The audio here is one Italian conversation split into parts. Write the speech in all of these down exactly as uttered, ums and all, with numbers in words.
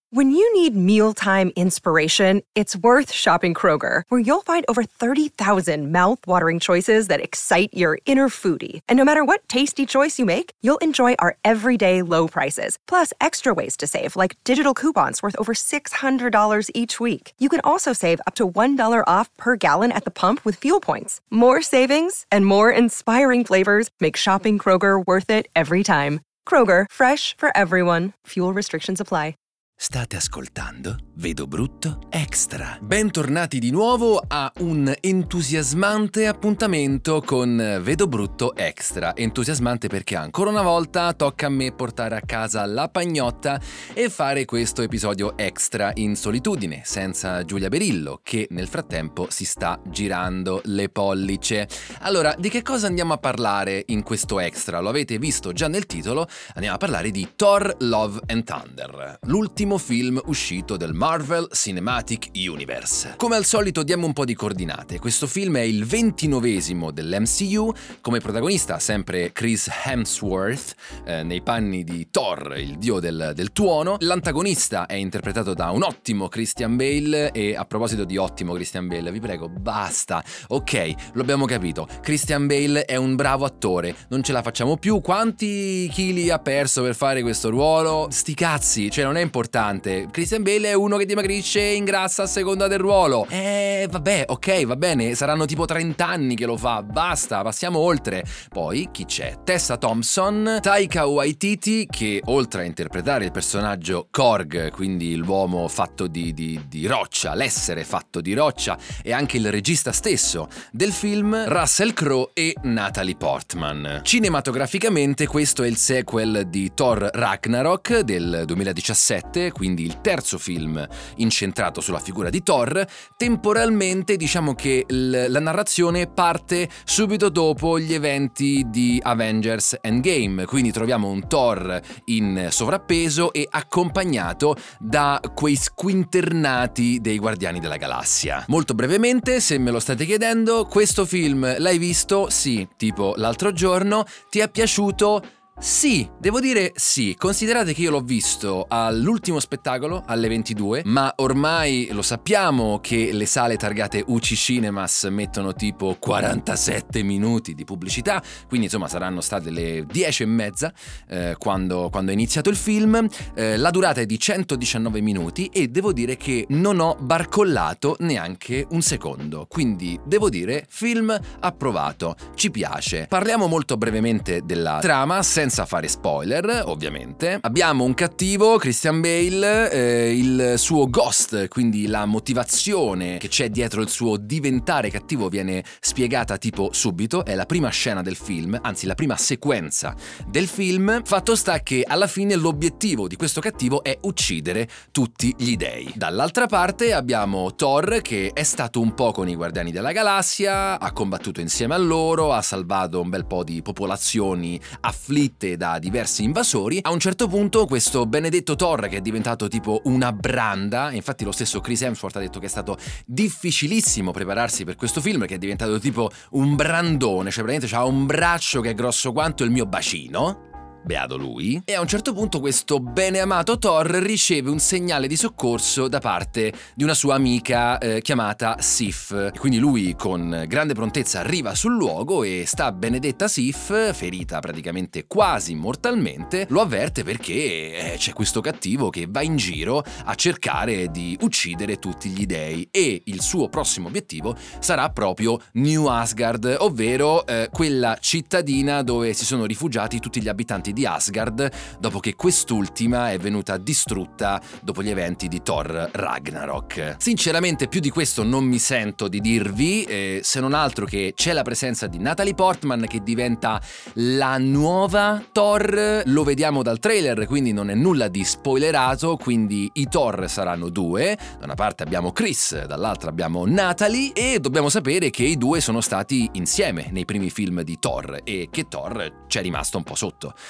When you need mealtime inspiration, it's worth shopping Kroger, where you'll find over thirty thousand mouth-watering choices that excite your inner foodie. And no matter what tasty choice you make, you'll enjoy our everyday low prices, plus extra ways to save, like digital coupons worth over six hundred dollars each week. You can also save up to one dollar off per gallon at the pump with fuel points. More savings and more inspiring flavors make shopping Kroger worth it every time. Kroger, fresh for everyone. Fuel restrictions apply. State ascoltando Vedo Brutto Extra. Bentornati di nuovo a un entusiasmante appuntamento con Vedo Brutto Extra. Entusiasmante perché ancora una volta tocca a me portare a casa la pagnotta e fare questo episodio extra in solitudine, senza Giulia Berillo, che nel frattempo si sta girando le pollice. Allora, di che cosa andiamo a parlare in questo extra? Lo avete visto già nel titolo, andiamo a parlare di Thor Love and Thunder, l'ultimo film uscito del Marvel Cinematic Universe. Come al solito diamo un po' di coordinate. Questo film è il ventinovesimo dell'M C U, come protagonista sempre Chris Hemsworth, eh, nei panni di Thor, il dio del, del tuono. L'antagonista è interpretato da un ottimo Christian Bale, e a proposito di ottimo Christian Bale, vi prego, basta. Ok, lo abbiamo capito, Christian Bale è un bravo attore, non ce la facciamo più. Quanti chili ha perso per fare questo ruolo? Sti cazzi, cioè non è importante. Christian Bale è uno che dimagrisce e ingrassa a seconda del ruolo. Eh, vabbè, ok, va bene, saranno tipo trenta anni che lo fa, basta, passiamo oltre. Poi chi c'è? Tessa Thompson, Taika Waititi, che oltre a interpretare il personaggio Korg, quindi l'uomo fatto di, di, di roccia, l'essere fatto di roccia, e anche il regista stesso del film, Russell Crowe e Natalie Portman. Cinematograficamente questo è il sequel di Thor Ragnarok del duemiladiciassette, quindi il terzo film incentrato sulla figura di Thor. Temporalmente diciamo che l- la narrazione parte subito dopo gli eventi di Avengers Endgame, quindi troviamo un Thor in sovrappeso e accompagnato da quei squinternati dei Guardiani della Galassia. Molto brevemente, se me lo state chiedendo, questo film l'hai visto? Sì, tipo l'altro giorno. Ti è piaciuto? Sì, devo dire sì. Considerate che io l'ho visto all'ultimo spettacolo alle ventidue, ma ormai lo sappiamo che le sale targate U C Cinemas mettono tipo quarantasette minuti di pubblicità, quindi insomma saranno state le dieci e mezza eh, quando, quando è iniziato il film. Eh, la durata è di centodiciannove minuti e devo dire che non ho barcollato neanche un secondo, quindi devo dire film approvato, ci piace. Parliamo molto brevemente della trama, senza senza fare spoiler, ovviamente. Abbiamo un cattivo, Christian Bale, eh, il suo ghost, quindi la motivazione che c'è dietro il suo diventare cattivo viene spiegata tipo subito, è la prima scena del film, anzi la prima sequenza del film. Fatto sta che alla fine l'obiettivo di questo cattivo è uccidere tutti gli dei. Dall'altra parte abbiamo Thor, che è stato un po' con i Guardiani della Galassia, ha combattuto insieme a loro, ha salvato un bel po' di popolazioni afflitte da diversi invasori. A un certo punto questo benedetto Thor, che è diventato tipo una branda, infatti lo stesso Chris Hemsworth ha detto che è stato difficilissimo prepararsi per questo film, che è diventato tipo un brandone, cioè praticamente ha un braccio che è grosso quanto il mio bacino. Beato lui. E a un certo punto questo beneamato Thor riceve un segnale di soccorso da parte di una sua amica eh, chiamata Sif. Quindi lui con grande prontezza arriva sul luogo e sta benedetta Sif, ferita praticamente quasi mortalmente, lo avverte perché eh, c'è questo cattivo che va in giro a cercare di uccidere tutti gli dei, e il suo prossimo obiettivo sarà proprio New Asgard, ovvero eh, quella cittadina dove si sono rifugiati tutti gli abitanti di Asgard dopo che quest'ultima è venuta distrutta dopo gli eventi di Thor Ragnarok. Sinceramente più di questo non mi sento di dirvi, eh, se non altro che c'è la presenza di Natalie Portman che diventa la nuova Thor. Lo vediamo dal trailer, quindi non è nulla di spoilerato, quindi i Thor saranno due, da una parte abbiamo Chris, dall'altra abbiamo Natalie, e dobbiamo sapere che i due sono stati insieme nei primi film di Thor e che Thor c'è rimasto un po' sotto.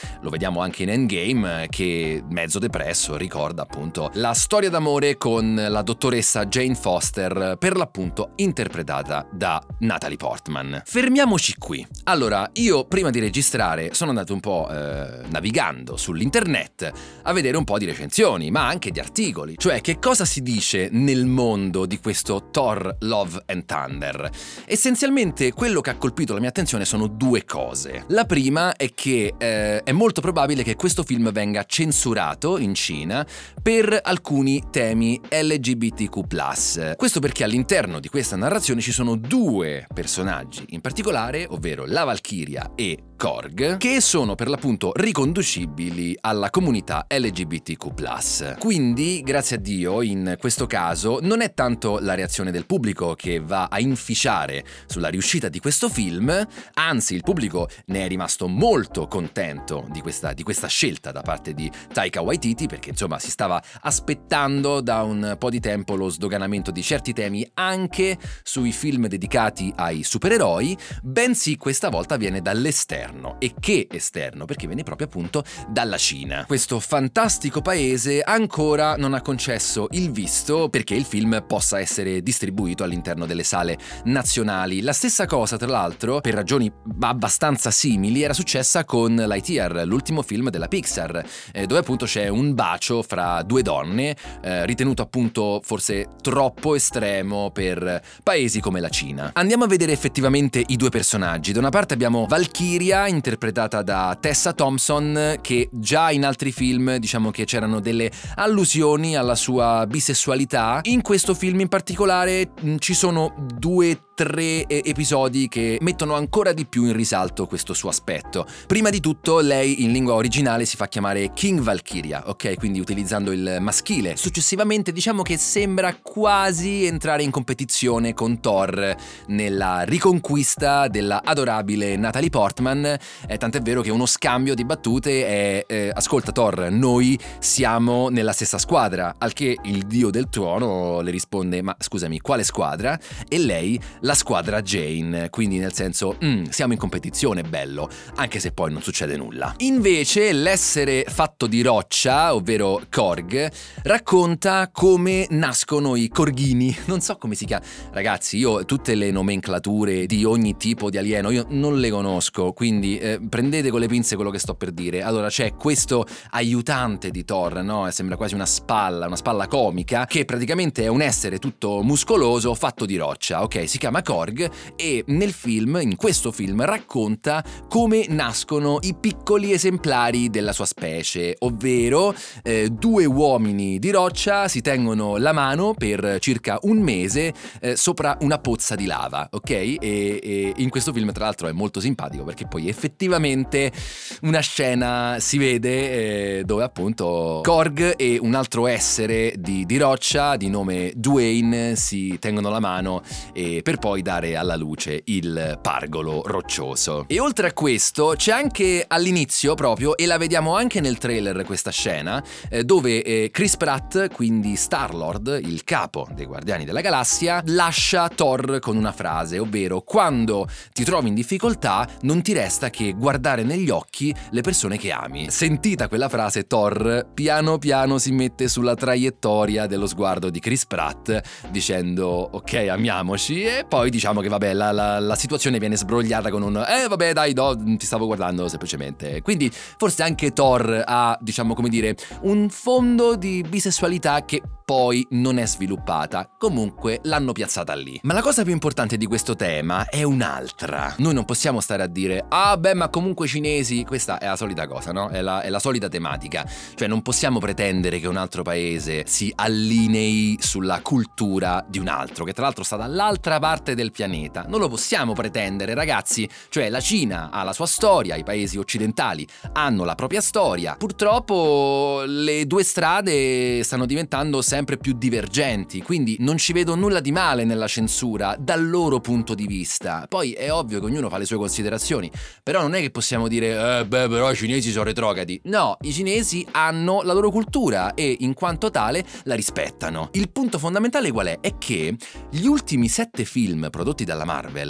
lo vediamo anche in Endgame, che mezzo depresso ricorda appunto la storia d'amore con la dottoressa Jane Foster, per l'appunto interpretata da Natalie Portman. Fermiamoci qui. Allora, io prima di registrare sono andato un po' eh, navigando sull'internet a vedere un po' di recensioni, ma anche di articoli, cioè che cosa si dice nel mondo di questo Thor Love and Thunder. Essenzialmente quello che ha colpito la mia attenzione sono due cose. La prima è che eh, è molto probabile che questo film venga censurato in Cina per alcuni temi L G B T Q plus. Questo perché all'interno di questa narrazione ci sono due personaggi in particolare, ovvero la Valchiria e Korg, che sono per l'appunto riconducibili alla comunità L G B T Q plus. Quindi, grazie a Dio, in questo caso non è tanto la reazione del pubblico che va a inficiare sulla riuscita di questo film, anzi il pubblico ne è rimasto molto contento di questa, di questa scelta da parte di Taika Waititi, perché insomma si stava aspettando da un po' di tempo lo sdoganamento di certi temi anche sui film dedicati ai supereroi, bensì questa volta viene dall'esterno. E che esterno? Perché viene proprio appunto dalla Cina. Questo fantastico paese ancora non ha concesso il visto perché il film possa essere distribuito all'interno delle sale nazionali. La stessa cosa, tra l'altro, per ragioni abbastanza simili, era successa con Lightyear, l'ultimo film della Pixar, eh, dove appunto c'è un bacio fra due donne, eh, ritenuto appunto forse troppo estremo per paesi come la Cina. Andiamo a vedere effettivamente i due personaggi. Da una parte abbiamo Valkyria, interpretata da Tessa Thompson, che già in altri film diciamo che c'erano delle allusioni alla sua bisessualità. In questo film in particolare mh, ci sono due tre episodi che mettono ancora di più in risalto questo suo aspetto. Prima di tutto, lei in lingua originale si fa chiamare King Valkyria, ok? Quindi utilizzando il maschile. Successivamente diciamo che sembra quasi entrare in competizione con Thor nella riconquista della adorabile Natalie Portman, eh, tant'è vero che uno scambio di battute è eh, ascolta Thor, noi siamo nella stessa squadra, al che il dio del tuono le risponde ma scusami, quale squadra? E lei la squadra Jane, quindi nel senso mm, siamo in competizione, bello, anche se poi non succede nulla. Invece l'essere fatto di roccia, ovvero Korg, racconta come nascono i Korghini, non so come si chiama, ragazzi, io tutte le nomenclature di ogni tipo di alieno io non le conosco, quindi eh, prendete con le pinze quello che sto per dire. Allora c'è questo aiutante di Thor, no? Sembra quasi una spalla, una spalla comica, che praticamente è un essere tutto muscoloso fatto di roccia, ok? Si chiama Korg e nel film, in questo film, racconta come nascono i piccoli esemplari della sua specie, ovvero eh, due uomini di roccia si tengono la mano per circa un mese eh, sopra una pozza di lava, ok? E, e in questo film tra l'altro è molto simpatico perché poi effettivamente una scena si vede eh, dove appunto Korg e un altro essere di, di roccia di nome Dwayne si tengono la mano e per poi dare alla luce il pargolo roccioso. E oltre a questo c'è anche all'inizio proprio, e la vediamo anche nel trailer questa scena, eh, dove eh, Chris Pratt, quindi Star-Lord, il capo dei Guardiani della Galassia, lascia Thor con una frase, ovvero quando ti trovi in difficoltà non ti resta che guardare negli occhi le persone che ami. Sentita quella frase, Thor piano piano si mette sulla traiettoria dello sguardo di Chris Pratt dicendo ok, amiamoci, e poi diciamo che vabbè la, la, la situazione viene sbrogliata con un eh vabbè dai no, ti stavo guardando semplicemente. Quindi forse anche Thor ha, diciamo come dire, un fondo di bisessualità che poi non è sviluppata, comunque l'hanno piazzata lì. Ma la cosa più importante di questo tema è un'altra. Noi non possiamo stare a dire ah beh ma comunque i cinesi, questa è la solita cosa, no? È la, è la solita tematica, cioè non possiamo pretendere che un altro paese si allinei sulla cultura di un altro, che tra l'altro sta dall'altra parte del pianeta. Non lo possiamo pretendere, ragazzi, cioè la Cina ha la sua storia, i paesi occidentali hanno la propria storia. Purtroppo le due strade stanno diventando sempre sempre più divergenti, quindi non ci vedo nulla di male nella censura dal loro punto di vista. Poi è ovvio che ognuno fa le sue considerazioni, però non è che possiamo dire eh beh però i cinesi sono retrogradi. No, i cinesi hanno la loro cultura e in quanto tale la rispettano. Il punto fondamentale qual è? È che gli ultimi sette film prodotti dalla Marvel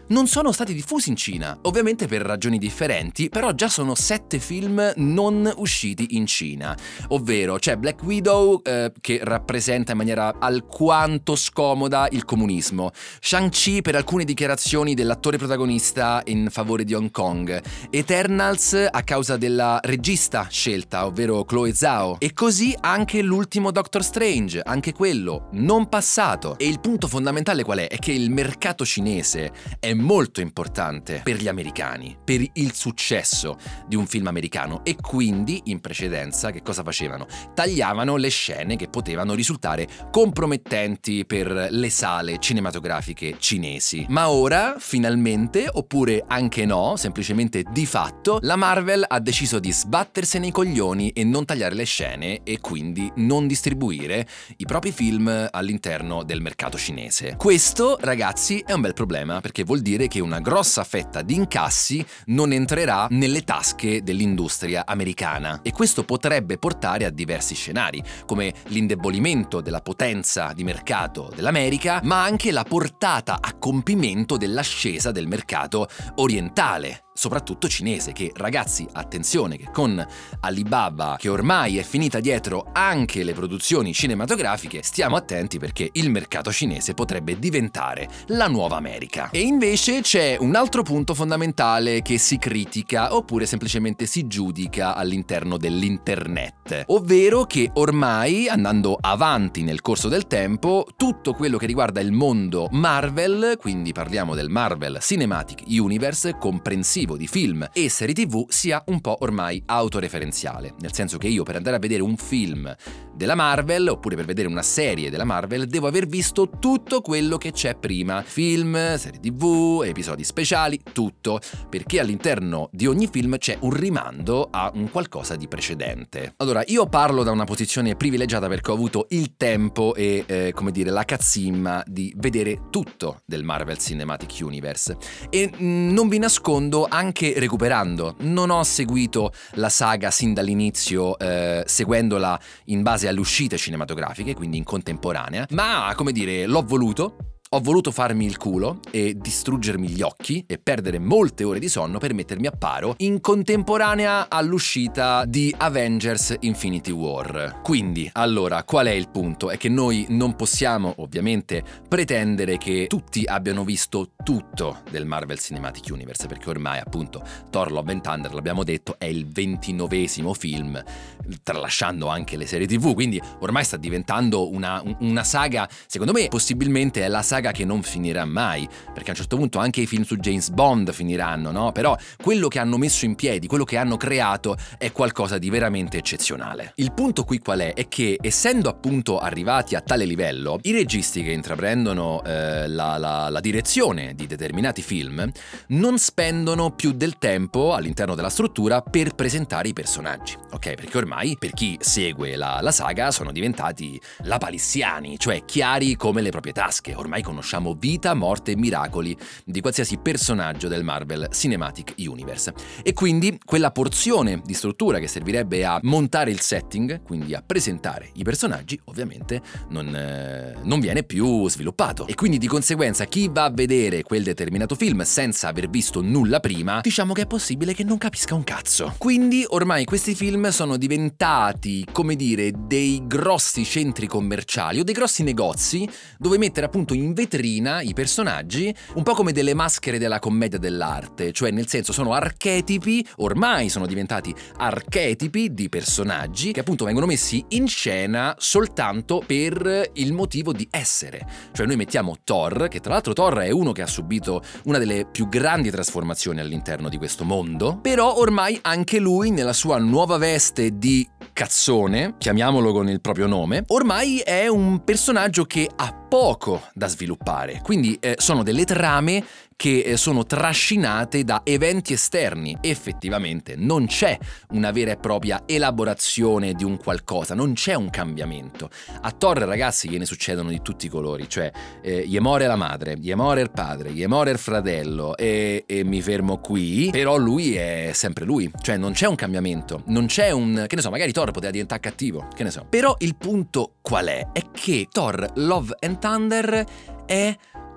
non sono stati diffusi in Cina, ovviamente per ragioni differenti, però già sono sette film non usciti in Cina, ovvero c'è Black Widow eh, che rappresenta in maniera alquanto scomoda il comunismo, Shang-Chi per alcune dichiarazioni dell'attore protagonista in favore di Hong Kong, Eternals a causa della regista scelta, ovvero Chloe Zhao, e così anche l'ultimo Doctor Strange, anche quello non passato. E il punto fondamentale qual è? È che il mercato cinese è molto importante per gli americani, per il successo di un film americano, e quindi in precedenza che cosa facevano? Tagliavano le scene che potevano risultare compromettenti per le sale cinematografiche cinesi. Ma ora, finalmente, oppure anche no, semplicemente di fatto, la Marvel ha deciso di sbattersene i coglioni e non tagliare le scene e quindi non distribuire i propri film all'interno del mercato cinese. Questo, ragazzi, è un bel problema, perché vuol dire che una grossa fetta di incassi non entrerà nelle tasche dell'industria americana, e questo potrebbe portare a diversi scenari, come l'indebolimento della potenza di mercato dell'America, ma anche la portata a compimento dell'ascesa del mercato orientale, soprattutto cinese, che, ragazzi, attenzione che con Alibaba, che ormai è finita dietro anche le produzioni cinematografiche, stiamo attenti perché il mercato cinese potrebbe diventare la nuova America. E invece c'è un altro punto fondamentale che si critica oppure semplicemente si giudica all'interno dell'internet, ovvero che ormai, andando avanti nel corso del tempo, tutto quello che riguarda il mondo Marvel, quindi parliamo del Marvel Cinematic Universe, comprensivo di film e serie tv, sia un po' ormai autoreferenziale, nel senso che io per andare a vedere un film della Marvel oppure per vedere una serie della Marvel devo aver visto tutto quello che c'è prima, film, serie tv, episodi speciali, tutto, perché all'interno di ogni film c'è un rimando a un qualcosa di precedente. Allora, io parlo da una posizione privilegiata perché ho avuto il tempo e eh, come dire la cazzimma di vedere tutto del Marvel Cinematic Universe e mh, non vi nascondo, anche recuperando, non ho seguito la saga sin dall'inizio eh, seguendola in base alle uscite cinematografiche, quindi in contemporanea, ma come dire l'ho voluto. Ho voluto farmi il culo e distruggermi gli occhi e perdere molte ore di sonno per mettermi a paro in contemporanea all'uscita di Avengers Infinity War. Quindi, allora, qual è il punto? È che noi non possiamo, ovviamente, pretendere che tutti abbiano visto tutto del Marvel Cinematic Universe, perché ormai, appunto, Thor Love and Thunder, l'abbiamo detto, è il ventinovesimo film, tralasciando anche le serie tv, quindi ormai sta diventando una, una saga, secondo me, possibilmente è la saga che non finirà mai, perché a un certo punto anche i film su James Bond finiranno, no? Però quello che hanno messo in piedi, quello che hanno creato è qualcosa di veramente eccezionale. Il punto qui qual è? È che essendo appunto arrivati a tale livello, i registi che intraprendono eh, la, la, la direzione di determinati film non spendono più del tempo all'interno della struttura per presentare i personaggi, ok? Perché ormai per chi segue la, la saga sono diventati lapalissiani, cioè chiari come le proprie tasche. Ormai conosciamo vita, morte e miracoli di qualsiasi personaggio del Marvel Cinematic Universe. E quindi quella porzione di struttura che servirebbe a montare il setting, quindi a presentare i personaggi, ovviamente non, eh, non viene più sviluppato. E quindi di conseguenza chi va a vedere quel determinato film senza aver visto nulla prima, diciamo che è possibile che non capisca un cazzo. Quindi ormai questi film sono diventati, come dire, dei grossi centri commerciali o dei grossi negozi dove mettere appunto in vetrina i personaggi, un po' come delle maschere della commedia dell'arte, cioè nel senso sono archetipi, ormai sono diventati archetipi di personaggi che appunto vengono messi in scena soltanto per il motivo di essere. Cioè noi mettiamo Thor, che tra l'altro Thor è uno che ha subito una delle più grandi trasformazioni all'interno di questo mondo, però ormai anche lui nella sua nuova veste di cazzone, chiamiamolo con il proprio nome, ormai è un personaggio che ha poco da sviluppare, quindi eh, sono delle trame che eh, sono trascinate da eventi esterni. Effettivamente non c'è una vera e propria elaborazione di un qualcosa, non c'è un cambiamento. A Thor, ragazzi, gliene succedono di tutti i colori, cioè eh, gli muore la madre, gli muore il padre, gli muore il fratello e, e mi fermo qui, però lui è sempre lui, cioè non c'è un cambiamento, non c'è un, che ne so, magari Thor poteva diventare cattivo, che ne so. Però il punto qual è? È che Thor Love and Thunder è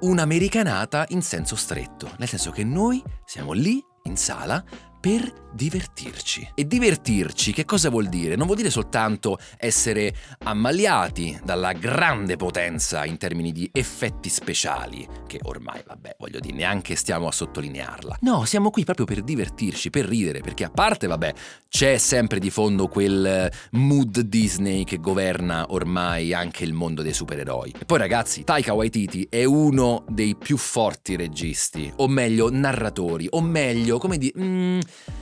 un'americanata in senso stretto, nel senso che noi siamo lì in sala per divertirci. E divertirci che cosa vuol dire? Non vuol dire soltanto essere ammaliati dalla grande potenza in termini di effetti speciali, che ormai, vabbè, voglio dire, neanche stiamo a sottolinearla. No, siamo qui proprio per divertirci, per ridere, perché a parte, vabbè, c'è sempre di fondo quel mood Disney che governa ormai anche il mondo dei supereroi. E poi, ragazzi, Taika Waititi è uno dei più forti registi, o meglio, narratori, o meglio, come dire... Mm,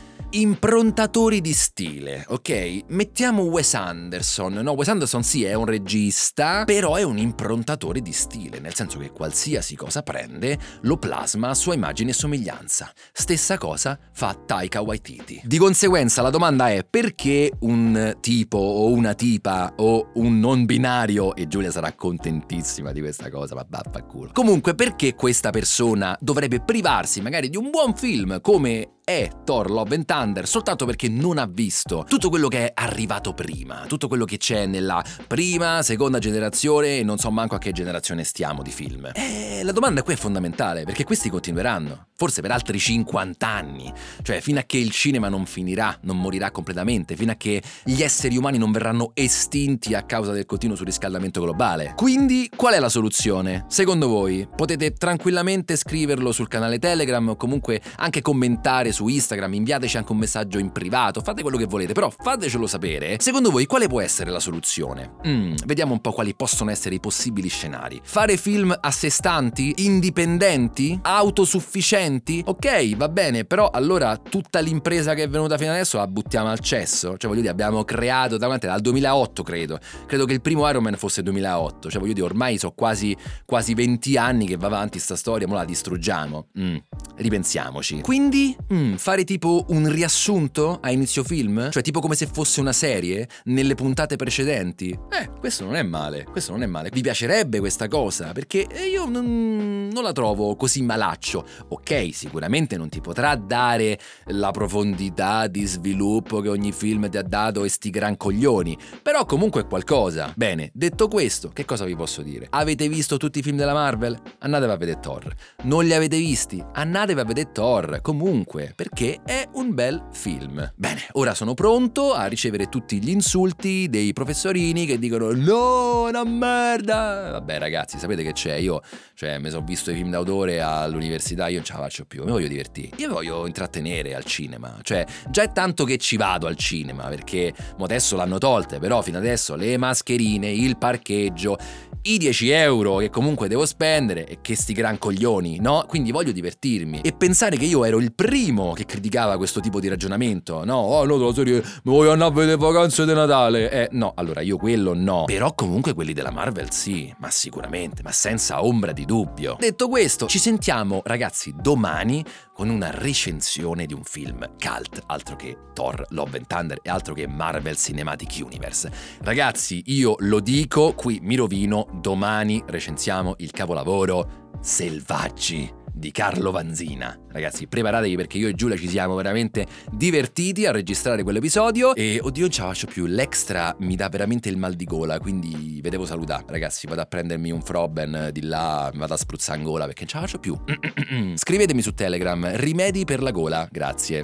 improntatori di stile, ok? Mettiamo Wes Anderson. No, Wes Anderson sì è un regista, però è un improntatore di stile, nel senso che qualsiasi cosa prende lo plasma a sua immagine e somiglianza. Stessa cosa fa Taika Waititi. Di conseguenza la domanda è: perché un tipo o una tipa o un non binario, e Giulia sarà contentissima di questa cosa, ma vaffanculo. Comunque, perché questa persona dovrebbe privarsi magari di un buon film come è Thor Love and Thunder soltanto perché non ha visto tutto quello che è arrivato prima, tutto quello che c'è nella prima, seconda generazione, e non so manco a che generazione stiamo di film? E la domanda qui è fondamentale, perché questi continueranno, forse per altri cinquanta anni, cioè fino a che il cinema non finirà, non morirà completamente, fino a che gli esseri umani non verranno estinti a causa del continuo surriscaldamento globale. Quindi qual è la soluzione? Secondo voi? Potete tranquillamente scriverlo sul canale Telegram o comunque anche commentare su Instagram, inviateci anche un messaggio in privato, fate quello che volete, però fatecelo sapere. Secondo voi quale può essere la soluzione? Mm, vediamo un po' quali possono essere i possibili scenari. Fare film a sé stanti, indipendenti, autosufficienti? Ok, va bene, però allora tutta l'impresa che è venuta fino adesso la buttiamo al cesso. Cioè voglio dire, abbiamo creato da quant'è? Dal duemilaotto credo. Credo che il primo Iron Man fosse duemilaotto. Cioè voglio dire, ormai sono quasi quasi venti anni che va avanti sta storia, mo la distruggiamo. Mm, ripensiamoci. Quindi Mm, fare tipo un riassunto a inizio film? Cioè tipo come se fosse una serie nelle puntate precedenti? Eh, questo non è male, questo non è male. Vi piacerebbe questa cosa? Perché io non, non la trovo così malaccio. Ok, sicuramente non ti potrà dare la profondità di sviluppo che ogni film ti ha dato e sti gran coglioni, però comunque è qualcosa. Bene, detto questo, che cosa vi posso dire? Avete visto tutti i film della Marvel? Andatevi a vedere Thor. Non li avete visti? Andatevi a vedere Thor. Comunque, perché è un bel film. Bene, ora sono pronto a ricevere tutti gli insulti dei professorini che dicono no, una merda. Vabbè ragazzi, sapete che c'è? Io, cioè, mi sono visto i film d'autore all'università, io non ce la faccio più, mi voglio divertire. Io mi voglio intrattenere al cinema. Cioè, già è tanto che ci vado al cinema, perché mo adesso l'hanno tolte, però fino adesso le mascherine, il parcheggio, i dieci euro che comunque devo spendere e che sti gran coglioni, no? Quindi voglio divertirmi. E pensare che io ero il primo che criticava questo tipo di ragionamento, no? Oh no, la serie, mi voglio andare a vedere vacanze di Natale. Eh, no, allora io quello no. Però comunque quelli della Marvel sì, ma sicuramente, ma senza ombra di dubbio. Detto questo, ci sentiamo, ragazzi, domani con una recensione di un film cult, altro che Thor Love and Thunder e altro che Marvel Cinematic Universe. Ragazzi, io lo dico, qui mi rovino, domani recensiamo il capolavoro Selvaggi di Carlo Vanzina. Ragazzi, preparatevi perché io e Giulia ci siamo veramente divertiti a registrare quell'episodio e oddio non ce la faccio più, l'extra mi dà veramente il mal di gola, quindi vi devo salutare. Ragazzi, vado a prendermi un Froben di là, mi vado a spruzzare in gola perché non ce la faccio più. Scrivetemi su Telegram, rimedi per la gola, grazie.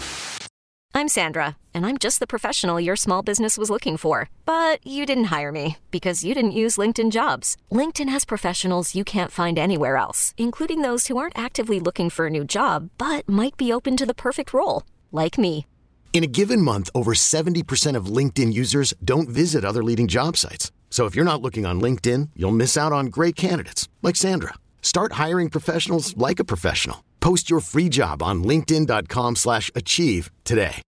I'm Sandra, and I'm just the professional your small business was looking for. But you didn't hire me because you didn't use LinkedIn Jobs. LinkedIn has professionals you can't find anywhere else, including those who aren't actively looking for a new job, but might be open to the perfect role, like me. In a given month, over seventy percent of LinkedIn users don't visit other leading job sites. So if you're not looking on LinkedIn, you'll miss out on great candidates, like Sandra. Start hiring professionals like a professional. Post your free job on linkedin dot com slash achieve today.